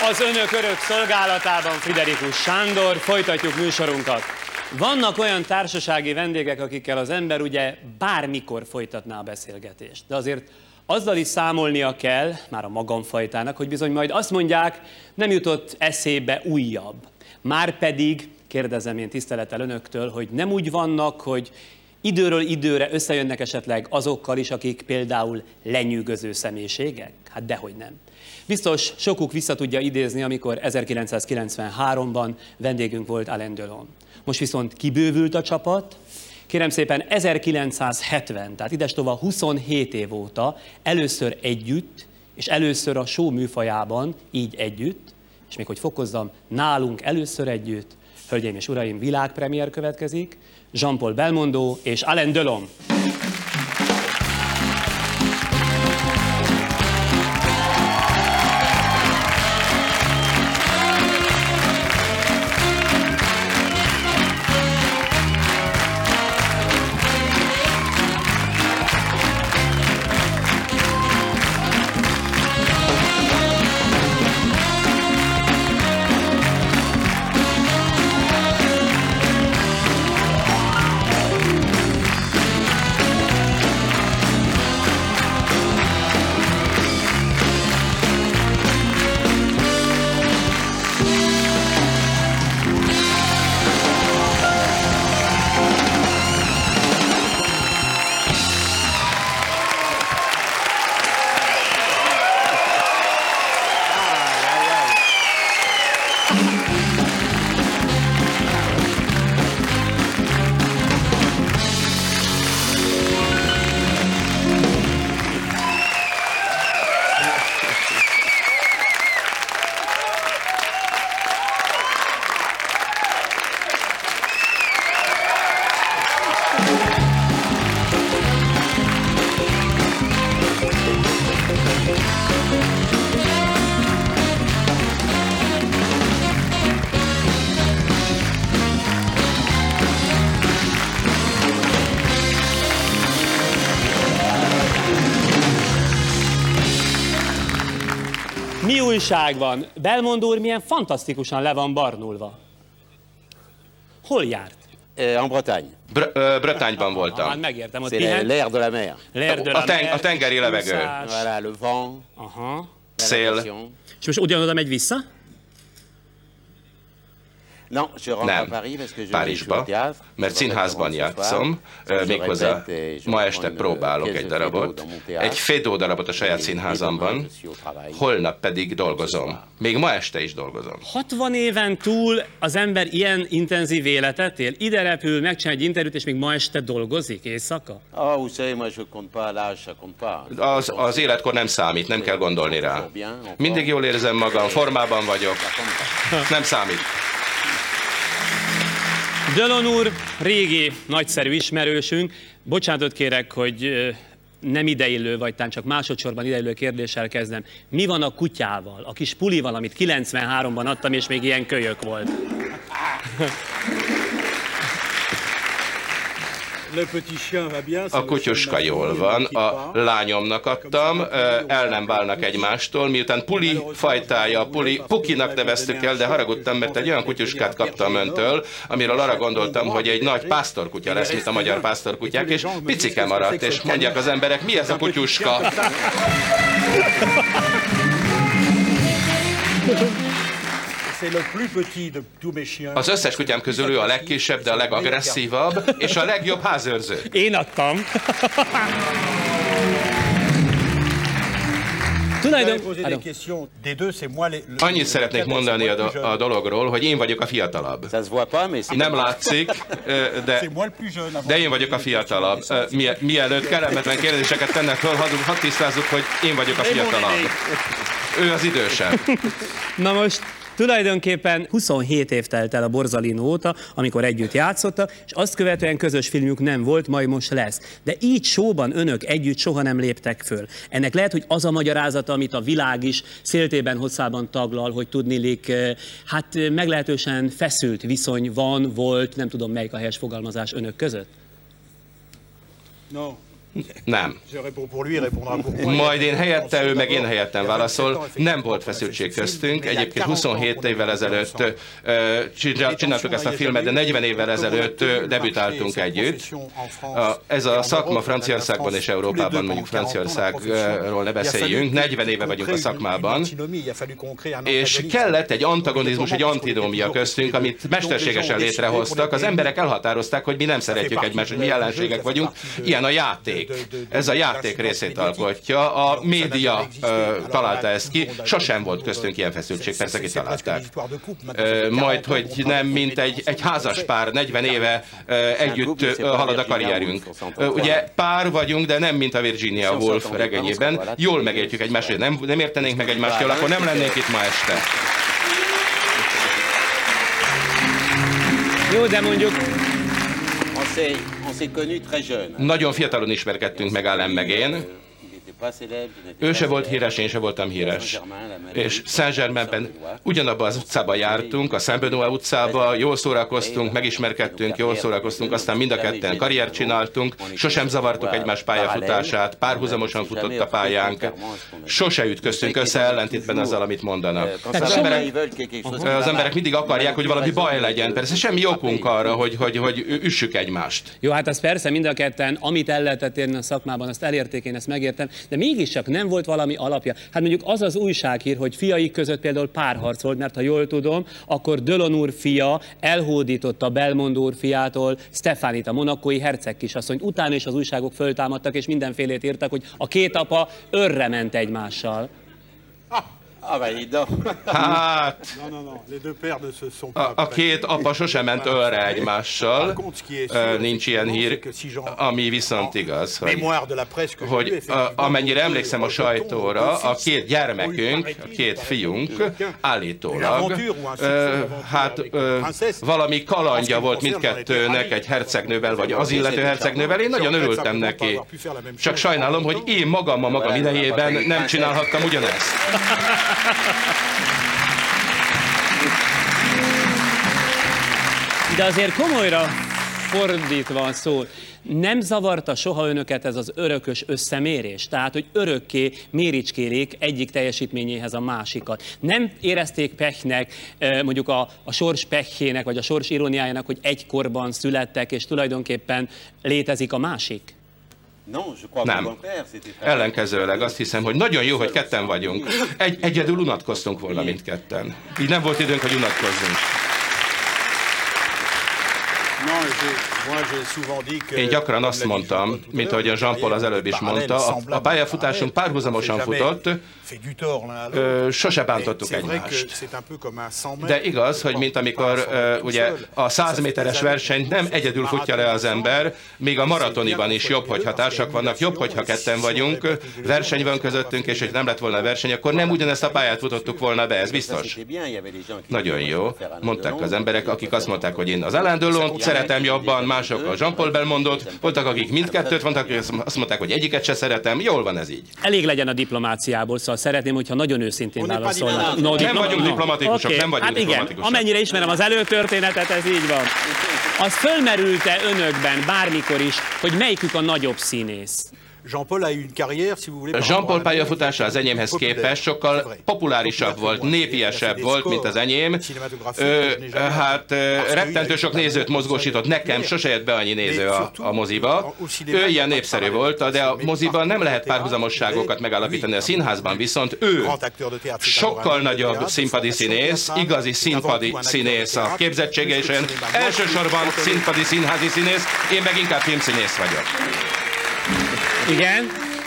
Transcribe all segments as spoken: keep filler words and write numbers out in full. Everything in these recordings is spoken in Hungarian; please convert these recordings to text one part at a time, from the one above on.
Az önök örök szolgálatában Friderikus Sándor, folytatjuk műsorunkat. Vannak olyan társasági vendégek, akikkel az ember ugye bármikor folytatná a beszélgetést. De azért azzal is számolnia kell, már a magamfajtának, hogy bizony majd azt mondják, nem jutott eszébe újabb. Márpedig, kérdezem én tisztelettel önöktől, hogy nem úgy vannak, hogy időről időre összejönnek esetleg azokkal is, akik például lenyűgöző személyiségek? Hát dehogy nem. Biztos sokuk vissza tudja idézni, amikor ezerkilencszázkilencvenháromban vendégünk volt Alain Delon. Most viszont kibővült a csapat. Kérem szépen, ezerkilencszázhetven, tehát idestova huszonhét év óta először együtt, és először a show műfajában így együtt, és még hogy fokozzam, nálunk először együtt, hölgyeim és uraim, világpremiér következik, Jean-Paul Belmondo és Alain Delon. Mi újság van? Belmondo úr milyen fantasztikusan le van barnulva. Hol járt? En Bretagne. Br uh, Bretányban voltam. Ah, hát megértem, ott C'est l'air de la mer. L'air de la A, ten mer. a tengeri levegő. Voilà, le vent, Aha. la Szél. navigation. És most ugyanoda megy vissza? Non, je rentre à Nem, Paris parce que je joue Párizsba, au théâtre. mert színházban játszom, méghozzá ma este próbálok egy darabot, egy Feydeau darabot a saját színházamban, holnap pedig dolgozom. Még ma este is dolgozom. hatvan éven túl az ember ilyen intenzív életet él? Ide repül, megcsinál egy interjút, és még ma este dolgozik éjszaka? Ah, vous savez, moi je compte pas l'âge, ça compte pas. Az, az életkor nem számít, nem kell gondolni rá. Mindig jól érzem magam, formában vagyok, nem számít. Delon úr, régi, nagyszerű ismerősünk. Bocsánatot kérek, hogy ö, nem ideillő, vagy talán csak másodszorban ideillő kérdéssel kezdem. Mi van a kutyával, a kis pulival, amit kilencvenháromban adtam, és még ilyen kölyök volt? A kutyuska jól van, a lányomnak adtam, el nem válnak egymástól, miután Puli fajtája, Puli, Pukinak neveztük el, de haragudtam, mert egy olyan kutyuskát kaptam öntől, amiről arra gondoltam, hogy egy nagy pásztorkutya lesz, mint a magyar pásztorkutyák, és picike maradt, és mondják az emberek, mi ez a kutyuska? Az összes kutyám közül ő a legkisebb, de a legagresszívabb, és a legjobb házőrző. Én adtam. Tulajdon... Annyit szeretnék mondani a, do a dologról, hogy én vagyok a fiatalabb. Nem látszik, de, de én vagyok a fiatalabb. Mielőtt kellemetlen kérdéseket tennek föl, hadd, hadd tisztázzuk, hogy én vagyok a fiatalabb. Ő az idősebb. Na most... Tulajdonképpen huszonhét év telt el a Borzalino óta, amikor együtt játszottak, és azt követően közös filmjük nem volt, majd most lesz. De így showban önök együtt soha nem léptek föl. Ennek lehet, hogy az a magyarázata, amit a világ is széltében hosszában taglal, hogy tudniillik, hát meglehetősen feszült viszony van, volt, nem tudom melyik a helyes fogalmazás önök között? No. Nem. Majd én helyette, ő meg én helyettem válaszol. Nem volt feszültség köztünk. Egyébként huszonhét évvel ezelőtt uh, csináltuk ezt a filmet, de negyven évvel ezelőtt uh, debütáltunk együtt. A, ez a szakma Franciaországban és Európában, mondjuk Franciaországról ne beszéljünk, negyven éve vagyunk a szakmában, és kellett egy antagonizmus, egy antidómia köztünk, amit mesterségesen létrehoztak. Az emberek elhatározták, hogy mi nem szeretjük egymást, hogy mi ellenségek vagyunk. Ilyen a játék. Ez a játék részét alkotja. A média ö, találta ezt ki. Sosem volt köztünk ilyen feszültség, persze kitalálták. Ö, majd, hogy nem, mint egy, egy házas pár, negyven éve ö, együtt ö, halad a karrierünk. Ö, ugye pár vagyunk, de nem mint a Virginia Woolf regényében. Jól megértjük egymást, hogy nem, nem értenénk meg egymást jól, akkor nem lennénk itt ma este. Jó, de mondjuk... Nagyon fiatalon ismerkedtünk meg Alain meg én. Ő se volt híres, én se voltam híres. És Saint-Germainben ugyanabban az utcában jártunk, a Saint-Benoît utcába, jól szórakoztunk, megismerkedtünk, jól szórakoztunk, aztán mind a ketten karriert csináltunk, sosem zavartuk egymás pályafutását, párhuzamosan futott a pályánk, sose ütköztünk össze ellentétben azzal, amit mondanak. Az emberek, az emberek mindig akarják, hogy valami baj legyen. Persze semmi okunk arra, hogy, hogy, hogy üssük egymást. Jó, hát az persze mind a ketten, amit el lehetett érni a szakmában, azt elérték, én ezt megértem. De mégiscsak nem volt valami alapja. Hát mondjuk az az újsághír, hogy fiaik között például párharc volt, mert ha jól tudom, akkor Delaune úr fia elhódította Belmond úr fiától Stefánit, a monakói herceg kisasszonyt. Utána is az újságok föltámadtak, és mindenfélét írtak, hogy a két apa örre ment egymással. Hát, a, a két apa sosem ment ölre egymással, nincs ilyen hír, ami viszont igaz, hogy, hogy a, amennyire emlékszem a sajtóra, a két gyermekünk, a két fiunk állítólag, hát valami kalandja volt mindkettőnek egy hercegnővel, vagy az illető hercegnővel, én nagyon örültem neki. Csak sajnálom, hogy én magam a magam idejében nem csinálhattam ugyanezt. De azért komolyra fordítva szól, nem zavarta soha önöket ez az örökös összemérés? Tehát, hogy örökké méricskélik egyik teljesítményéhez a másikat. Nem érezték pehnek, mondjuk a, a sors pehjének, vagy a sors iróniájának, hogy egykorban születtek, és tulajdonképpen létezik a másik? Nem. Ellenkezőleg azt hiszem, hogy nagyon jó, hogy ketten vagyunk. Egy, egyedül unatkoztunk volna mindketten. Így nem volt időnk, hogy unatkozzunk. Én gyakran azt mondtam, mint ahogy a Jean-Paul az előbb is mondta, a, a pályafutásunk párhuzamosan futott, ö, sose bántottuk egymást. De igaz, hogy mint amikor ö, ugye a száz méteres versenyt nem egyedül futja le az ember, még a maratoniban is jobb, hogyha társak vannak, jobb, hogyha ketten vagyunk, verseny van közöttünk, és hogy nem lett volna verseny, akkor nem ugyanezt a pályát futottuk volna be, ez biztos. Nagyon jó. Mondták az emberek, akik azt mondták, hogy én az Alain Delont szeretem jobban, mások a Jean-Paul Belmondot, voltak, akik mindkettőt mondtak, azt mondták, hogy egyiket se szeretem, jól van ez így. Elég legyen a diplomáciából, szóval szeretném, hogyha nagyon őszintén válaszolnak. No, nem vagyunk diplomatikusok, okay. nem vagyunk hát diplomatikusok. Igen, amennyire ismerem az előtörténetet, ez így van. Az fölmerült-e önökben bármikor is, hogy melyikük a nagyobb színész? Jean-Paul pályafutása az enyémhez képest sokkal populárisabb volt, népiesebb volt, mint az enyém. Ö, hát rettentő sok nézőt mozgósított, nekem sose jött be annyi néző a, a moziba. Ő ilyen népszerű volt, de a moziban nem lehet párhuzamosságokat megállapítani, a színházban viszont ő sokkal nagyobb színpadi színész, igazi színpadi színész a képzettsége, és olyan elsősorban színpadi színházi színész, én meg inkább filmszínész vagyok. Igen?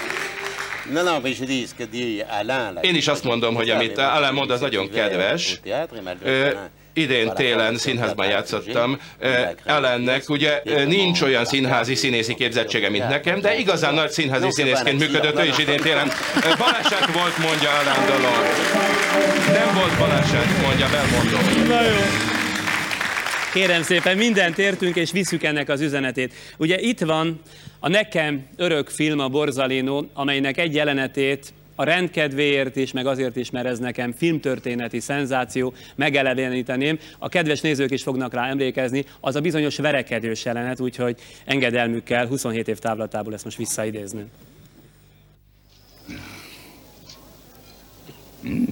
Én is azt mondom, hogy amit Alain mond, az nagyon kedves. Ö, idén télen színházban játszottam. Alainnek ugye nincs olyan színházi színészi képzettsége, mint nekem, de igazán nagy színházi színészként működött ő is idén télen. Baleset volt, mondja Alain Delon. Nem volt baleset, mondja Belmondo. Na jó. Kérem szépen, mindent értünk, és visszük ennek az üzenetét. Ugye itt van a nekem örök film, a Borzalino, amelynek egy jelenetét a rendkedvéért is, meg azért is, mert ez nekem filmtörténeti szenzáció, megeleveníteném. A kedves nézők is fognak rá emlékezni, az a bizonyos verekedős jelenet, úgyhogy engedelmükkel huszonhét év távlatából ezt most visszaidézni. Mm.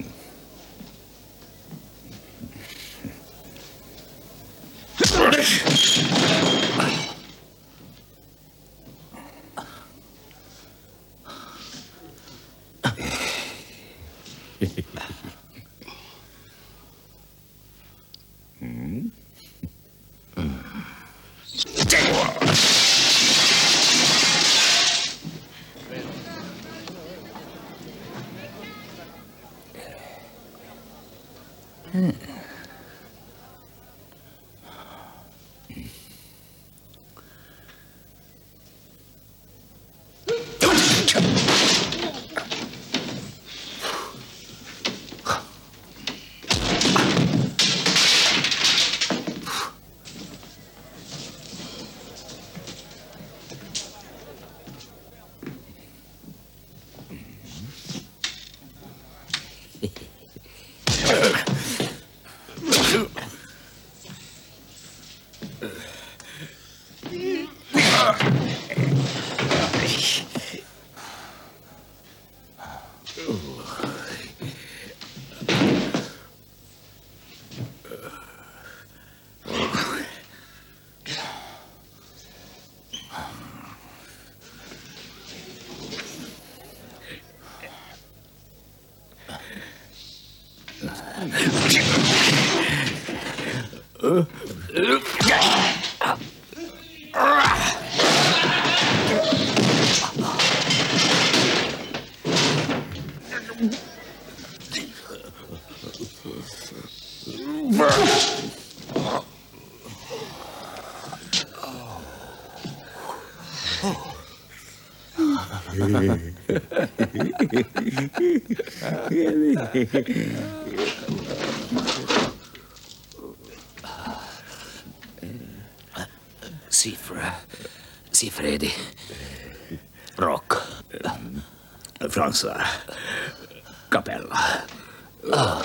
Hmm. Cifra, Cifredi, Rock, François, Capella. Ah.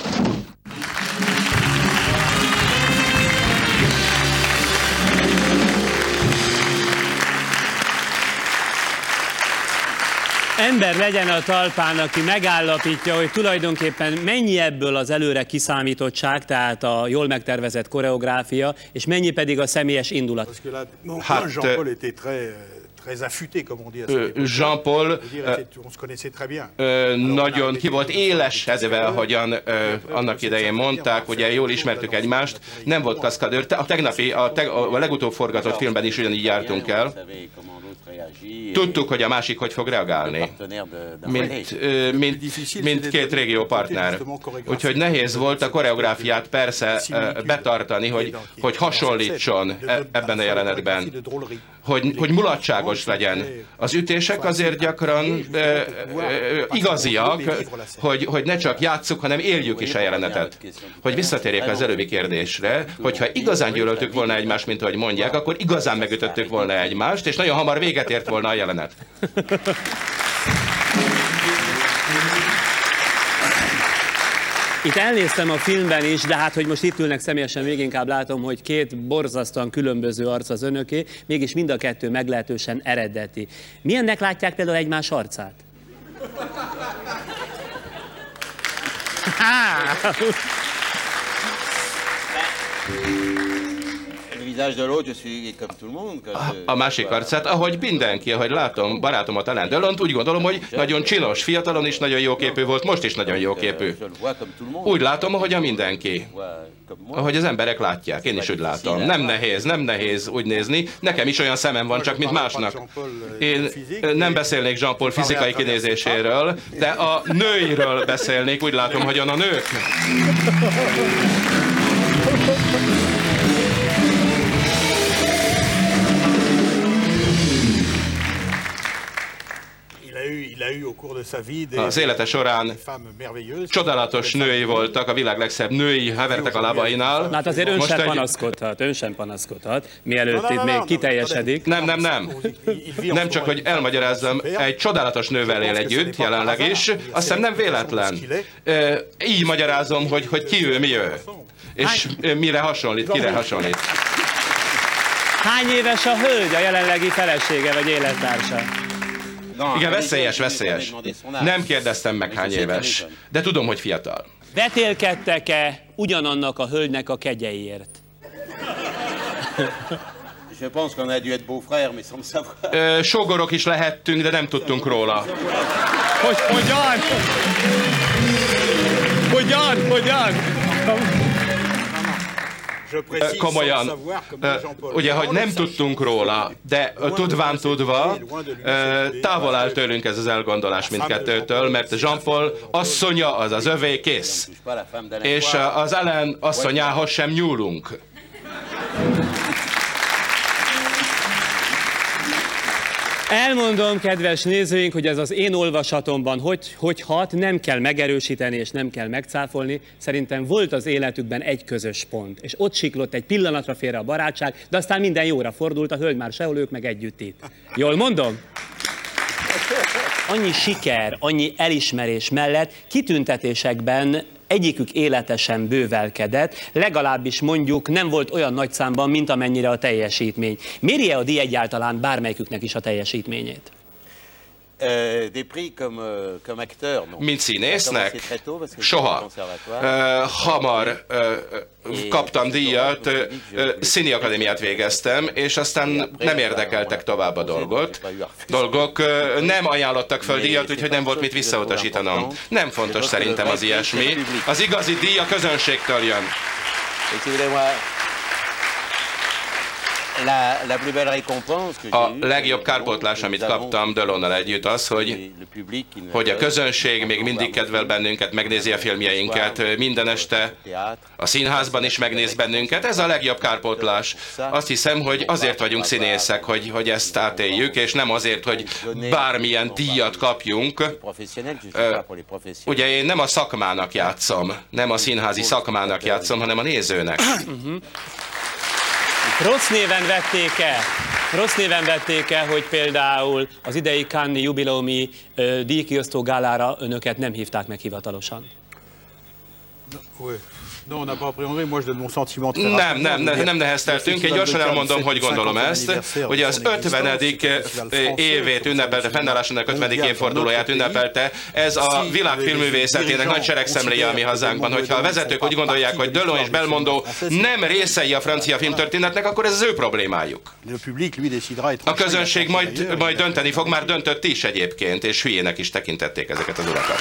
Ember legyen a talpán, aki megállapítja, hogy tulajdonképpen mennyi ebből az előre kiszámítottság, tehát a jól megtervezett koreográfia, és mennyi pedig a személyes indulat. Hát, Jean-Paul nagyon ki volt éles ezzel, ahogyan annak idején mondták, ugye jól ismertük egymást, nem volt kaszkadőr. A tegnapi, a, teg, a legutóbb forgatott filmben is ugyanígy jártunk el. Tudtuk, hogy a másik hogy fog reagálni, mint, mint, mint két régió partner. Úgyhogy nehéz volt a koreográfiát persze betartani, hogy, hogy hasonlítson ebben a jelenetben, hogy, hogy mulatságos legyen. Az ütések azért gyakran e, e, igaziak, hogy, hogy ne csak játsszuk, hanem éljük is a jelenetet. Hogy visszatérjek az előbbi kérdésre, hogyha igazán gyűlöltük volna egymást, mint ahogy mondják, akkor igazán megütöttük volna egymást, és nagyon hamar véget ért volna a jelenet. Itt elnéztem a filmben is, de hát, hogy most itt ülnek személyesen, még inkább látom, hogy két borzasztóan különböző arc az önöké, mégis mind a kettő meglehetősen eredeti. Milyennek látják például egymás arcát? A másik arcát, ahogy mindenki, ahogy látom barátomat, Alain Delont, úgy gondolom, hogy nagyon csinos, fiatalon is nagyon jóképű volt, most is nagyon jóképű. Úgy látom, ahogy a mindenki. Ahogy az emberek látják, én is úgy látom. Nem nehéz, nem nehéz úgy nézni. Nekem is olyan szemem van, csak mint másnak. Én nem beszélnék Jean-Paul fizikai kinézéséről, de a nőiről beszélnék, úgy látom, hogyan a nők. az élete során csodálatos női voltak, a világ legszebb női hevertek a lábainál. Hát azért ön Most sem egy- panaszkodhat, ön sem panaszkodhat, mielőtt itt még kiteljesedik. Nem, nem, nem. Nem csak, hogy elmagyarázzam, egy csodálatos nővel él együtt, jelenleg is. Azt hiszem nem véletlen. Ö, Így magyarázom, hogy, hogy ki ő, mi ő. És ö, mire hasonlít, kire hasonlít. Hány éves a hölgy, a jelenlegi felesége vagy élettársa? Igen, veszélyes, veszélyes. Nem kérdeztem meg, hány éves, de tudom, hogy fiatal. Vetélkedtek-e ugyanannak a hölgynek a kegyeiért? Je pense qu'on a dû être beaux-frères, mais sans le savoir. Ö, Sógorok is lehettünk, de nem tudtunk róla. Hogy, hogyan? Hogyan? Hogyan? Ö, Komolyan. Ö, Ugye, hogy nem tudtunk róla, de ö, tudván tudva, ö, távol áll tőlünk ez az elgondolás mindkettőtől, mert Jean-Paul asszonya az az övé, kész. És ö, az Ellen asszonyához sem nyúlunk. Elmondom, kedves nézőink, hogy ez az én olvasatomban hogy, hogy hat, nem kell megerősíteni és nem kell megcáfolni. Szerintem volt az életükben egy közös pont, és ott siklott egy pillanatra félre a barátság, de aztán minden jóra fordult, a hölgy már sehol, ők meg együtt itt. Jól mondom? Annyi siker, annyi elismerés mellett kitüntetésekben egyikük életesen bővelkedett, legalábbis mondjuk nem volt olyan nagy számban, mint amennyire a teljesítmény. Méri-e a díj egyáltalán bármelyiküknek is a teljesítményét? Euh, des prix comme, euh, comme acteur, non. Mint színésznek? Ça a commencé très tôt, parce que Soha. j'étais au conservatoire. Ö, Hamar ö, ö, kaptam díjat, ö, ö, színi akadémiát végeztem, és aztán nem érdekeltek tovább a dolgot. Dolgok ö, nem ajánlottak föl díjat, úgyhogy nem volt mit visszautasítanom. Nem fontos szerintem az ilyesmi. Az igazi díj a közönségtől jön. Et si vous voulez, moi, la, la plus belle récompense que j'ai A eue, legjobb kárpótlás, amit kaptam Delonnal együtt az, hogy le public qui nous hogy a adore, közönség még mindig kedvel bennünket, megnézi a filmjeinket minden este, a színházban is megnéz bennünket. Ez a legjobb kárpótlás. Azt hiszem, hogy azért vagyunk színészek, hogy, hogy ezt átéljük, és nem azért, hogy bármilyen díjat kapjunk. professionnel, je suis pas pour les professionnels. Ugye én nem a szakmának játszom, nem a színházi szakmának játszom, hanem a nézőnek. Rossz néven vették el, rossz néven vették el, hogy például az idei Cannes-i jubileumi ö, díjkiosztó gálára önöket nem hívták meg hivatalosan. Nem, nem, nem, nem nehezteltünk. Én gyorsan elmondom, hogy gondolom ezt. Ugye az ötvenedik évét ünnepelte, fennállásának ötvenedik évfordulóját ünnepelte. Ez a világ filmművészetének nagy seregszemléje a mi hazánkban. Hogyha a vezetők úgy gondolják, hogy Delon és Belmondo nem részei a francia filmtörténetnek, akkor ez az ő problémájuk. A közönség majd, majd dönteni fog, már döntött is egyébként, és hülyének is tekintették ezeket az urakat.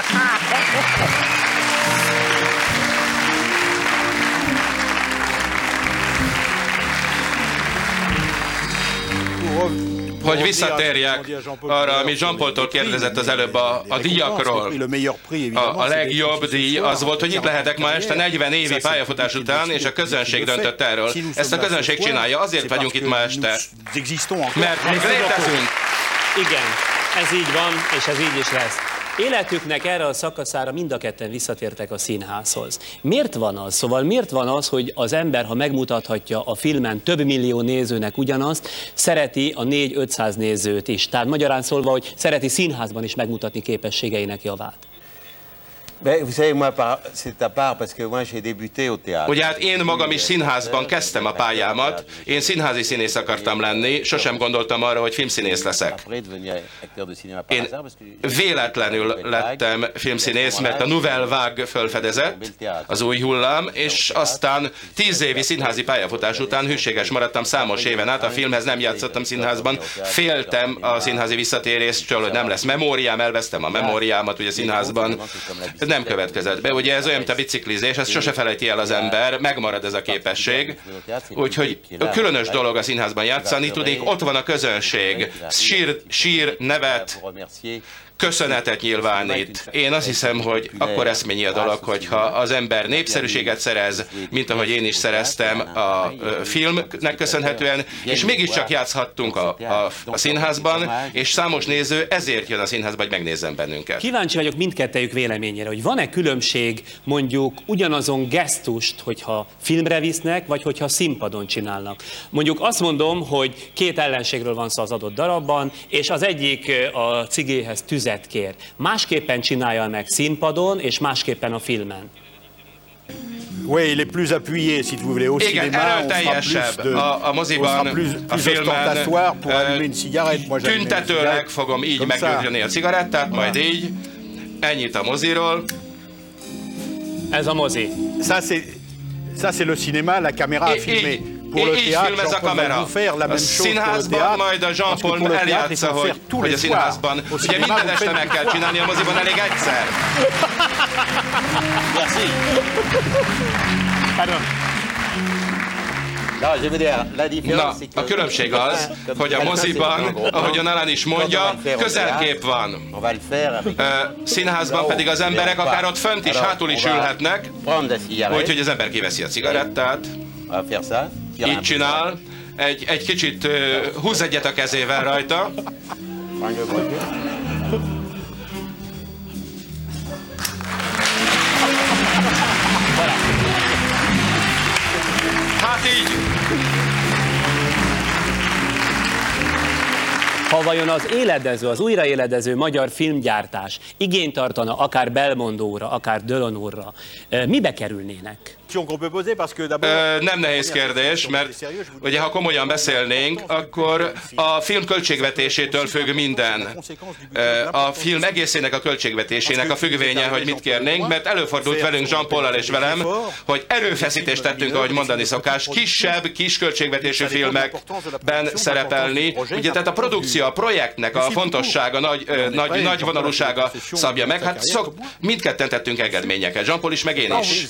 Hogy visszatérjek arra, amit Jean-Paultól kérdezett az előbb a, a díjakról. A, a legjobb díj az volt, hogy itt lehetek ma este negyven évi pályafutás után, és a közönség döntött erről. Ezt a közönség csinálja, azért vagyunk itt ma este, mert még létezünk. Igen, ez így van, és ez így is lesz. Életüknek erre a szakaszára mind a ketten visszatértek a színházhoz. Miért van az? Szóval miért van az, hogy az ember, ha megmutathatja a filmen több millió nézőnek ugyanazt, szereti a négy-ötszáz nézőt is? Tehát magyarán szólva, hogy szereti színházban is megmutatni képességeinek javát. Ben, vous savez, moi, par- c'est à part, parce que moi, j'ai débuté au théâtre. Ugye hát én magam is színházban kezdtem a pályámat, én színházi színész akartam lenni, sosem gondoltam arra, hogy filmszínész leszek. Après, devenu acteur de cinéma par Én hasard, parce que véletlenül lettem filmszínész, mert a Nouvelle Vague fölfedezett, az új hullám, és aztán tíz évi színházi pályafutás után hűséges maradtam számos éven át, a filmhez nem játszottam színházban, féltem a színházi visszatéréstől, hogy nem lesz memóriám, elvesztem a memóriámat ugye színházban, nem következett be. Ugye ez olyan, mint a biciklizés, ezt sose felejti el az ember, megmarad ez a képesség, úgyhogy különös dolog a színházban játszani, tudnék, ott van a közönség, sír, sír, nevet, köszönetet nyilvánít. Én azt hiszem, hogy akkor eszményi a dolog, hogyha az ember népszerűséget szerez, mint ahogy én is szereztem a filmnek köszönhetően, és mégiscsak játszhattunk a, a, a színházban, és számos néző ezért jön a színházba, hogy megnézzen bennünket. Kíváncsi vagyok mindkettejük véleményére, hogy van-e különbség mondjuk ugyanazon gesztust, hogyha filmre visznek, vagy hogyha színpadon csinálnak. Mondjuk azt mondom, hogy két ellenségről van szó az adott darabban, és az egyik a cigéhez tüzet kér. Másképpen csinálja meg színpadon, és másképpen a filmen. Oui, il est plus appuyé, si vous voulez, au Igen, cinéma, on fera plus erőteljesebb. de, A, a moziban, plus, a plus filmen ostentatoire pour allumer une cigarette. Moi, j'allume une tüntetőleg cigarette fogom így comme ça. meggyújtani a cigarettát, majd így. Ennyit a moziról. Ez a mozi. Ça, c'est ça, c'est le cinéma, la caméra a filmé. Pour le így théâtre, filmez a Jean-Paul va kamera. vous faire la A même chose pour le színházban théâtre, majd a parce que pour Jean-Paul le théâtre, il eljátsza, faut hogy, faire tous hogy les a színházban. soirs. Au Ugye cinéma, minden vous este faites meg une kell fois. csinálni, a moziban elég egyszer. Merci. Pardon. Non, je veux dire, la différence, Na, c'est que... a különbség az, hogy a moziban, ahogyan Alan is mondja, közelkép van. On va le faire avec... Ö, Színházban pedig az emberek akár ott fönt is, hátul is ülhetnek, Prendre la cigarette. úgyhogy az ember kiveszi a cigarettát, On va faire ça. Tire un így csinál, egy, egy kicsit ö, húz egyet a kezével rajta, peu. Prends le voiture. hát így. Ha vajon az éledező, az újraéledező magyar filmgyártás igényt tartana akár Belmondóra, akár Delanourra, mibe kerülnének? Ö, nem nehéz kérdés, mert ugye ha komolyan beszélnénk, akkor a film költségvetésétől függ minden. Ö, a film egészének a költségvetésének a függvénye, hogy mit kérnénk, mert előfordult velünk Jean-Paul-al és velem, hogy erőfeszítést tettünk, ahogy mondani szokás, kisebb, kis költségvetésű filmekben szerepelni. Ugye tehát a produkció, a projektnek a fontossága, nagy, ö, nagy, nagy vonalúsága szabja meg. Hát szok, mindketten tettünk engedményeket, Jean-Paul is, meg én is.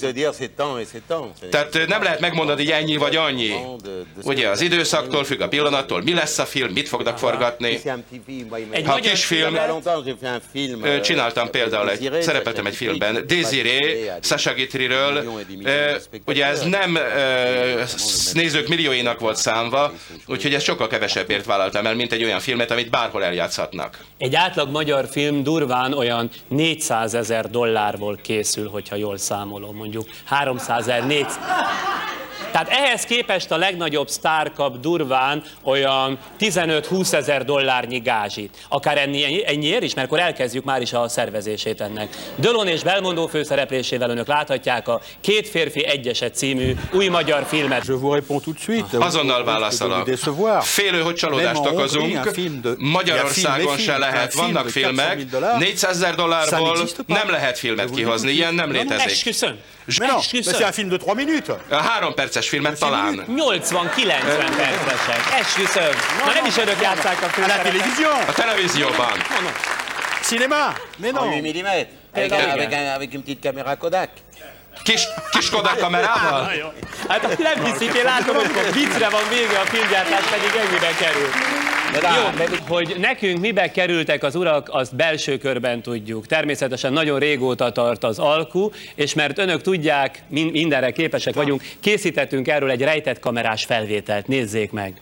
Tehát nem lehet megmondani, hogy ennyi vagy annyi. Ugye az időszaktól függ, a pillanattól, mi lesz a film, mit fognak forgatni. Ha kis film, csináltam például, egy, szerepeltem egy filmben, Désiré, Sacha Guitryről, ugye ez nem nézők millióinak volt számva, úgyhogy ezt sokkal kevesebbért vállaltam el, mint egy olyan filmet, amit bárhol eljátszhatnak. Egy átlag magyar film durván olyan négyszázezer dollárból készül, hogyha jól számolom, mondjuk háromszázezer, négyszázezer. Tehát ehhez képest a legnagyobb sztár kap durván olyan tizenöt-húszezer dollárnyi gázsit. Akár ennyi, ennyiért is, mert akkor elkezdjük már is a szervezését ennek. Dölon és Belmondó főszereplésével önök láthatják a Két férfi egyeset című új magyar filmet. Je vous réponds tout de suite. Azonnal válaszolok. Félő, hogy csalódást okozunk. Magyarországon se lehet. Vannak filmek. négyszázezer dollárból nem lehet filmet kihozni. Ilyen nem létezik. Esküszöm. Mais non, mais c'est un film de trois minutes. Három perces filmet talán. nyolcvan-kilencven percesek. Esküszöm. Na nem is önök játsszák a À la főszerepet. télévision. A televízióban. Cinéma. Mais En non. huit millimètres. Avec, non, avec, les un- avec une petite caméra Kodak. Kis, kis Kodak kamerával? Hát nem hiszik, én látom, hogy viccre van vége, a filmgyártás pedig ennyibe kerül. Jó, hogy nekünk mibe kerültek az urak, azt belső körben tudjuk. Természetesen nagyon régóta tart az alku, és mert önök tudják, min- mindenre képesek vagyunk, készítettünk erről egy rejtett kamerás felvételt. Nézzék meg!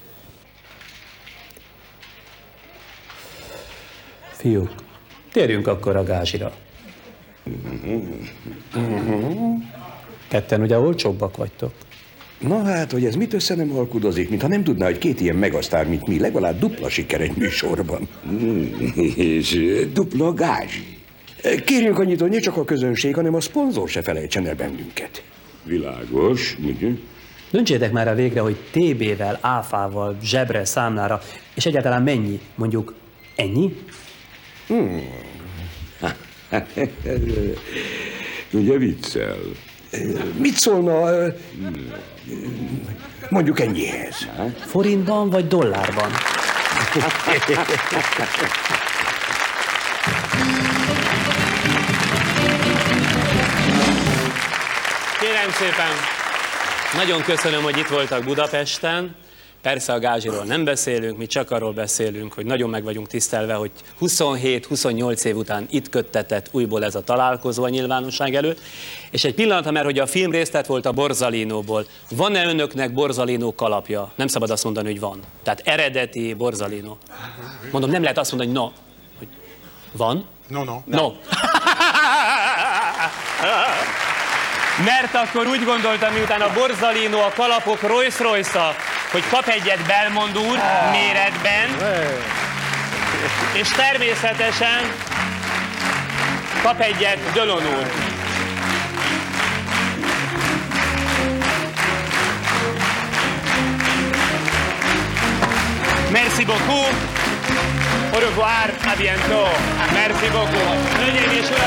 Fiúk, térjünk akkor a gázsira. Ketten ugye olcsóbbak vagytok. Na hát, hogy ez mit össze nem alkudozik, mintha nem tudná, hogy két ilyen megasztár, mint mi, legalább dupla siker egy műsorban. És dupla gázsi. Kérjünk annyit, hogy ne csak a közönség, hanem a szponzor se felejtsen el bennünket. Világos, ugye? Döntsétek már a végre, hogy té bével, áfával, zsebre, számlára, és egyáltalán mennyi? Mondjuk ennyi? Hmm. Ugye viccel? Mit szólna mondjuk ennyihez? Forintban vagy dollárban? Kérem szépen, nagyon köszönöm, hogy itt voltak Budapesten. Persze a Gázsiról nem beszélünk, mi csak arról beszélünk, hogy nagyon meg vagyunk tisztelve, hogy huszonhét-huszonnyolc év után itt köttetett újból ez a találkozó a nyilvánosság előtt. És egy pillanat, mert hogy a film részlet volt a Borzalinóból. Van-e önöknek Borzalino kalapja? Nem szabad azt mondani, hogy van. Tehát eredeti Borzalino. Mondom, nem lehet azt mondani, hogy no. Hogy van? No, no. No. Mert akkor úgy gondoltam, miután a Borzalino, a kalapok Rolls-Royce-a, hogy kap egyet Belmond úr méretben, és természetesen kap egyet Dölon úr. Merci beaucoup. Au revoir, à bientôt. Merci beaucoup. Hölgyeim és uraim!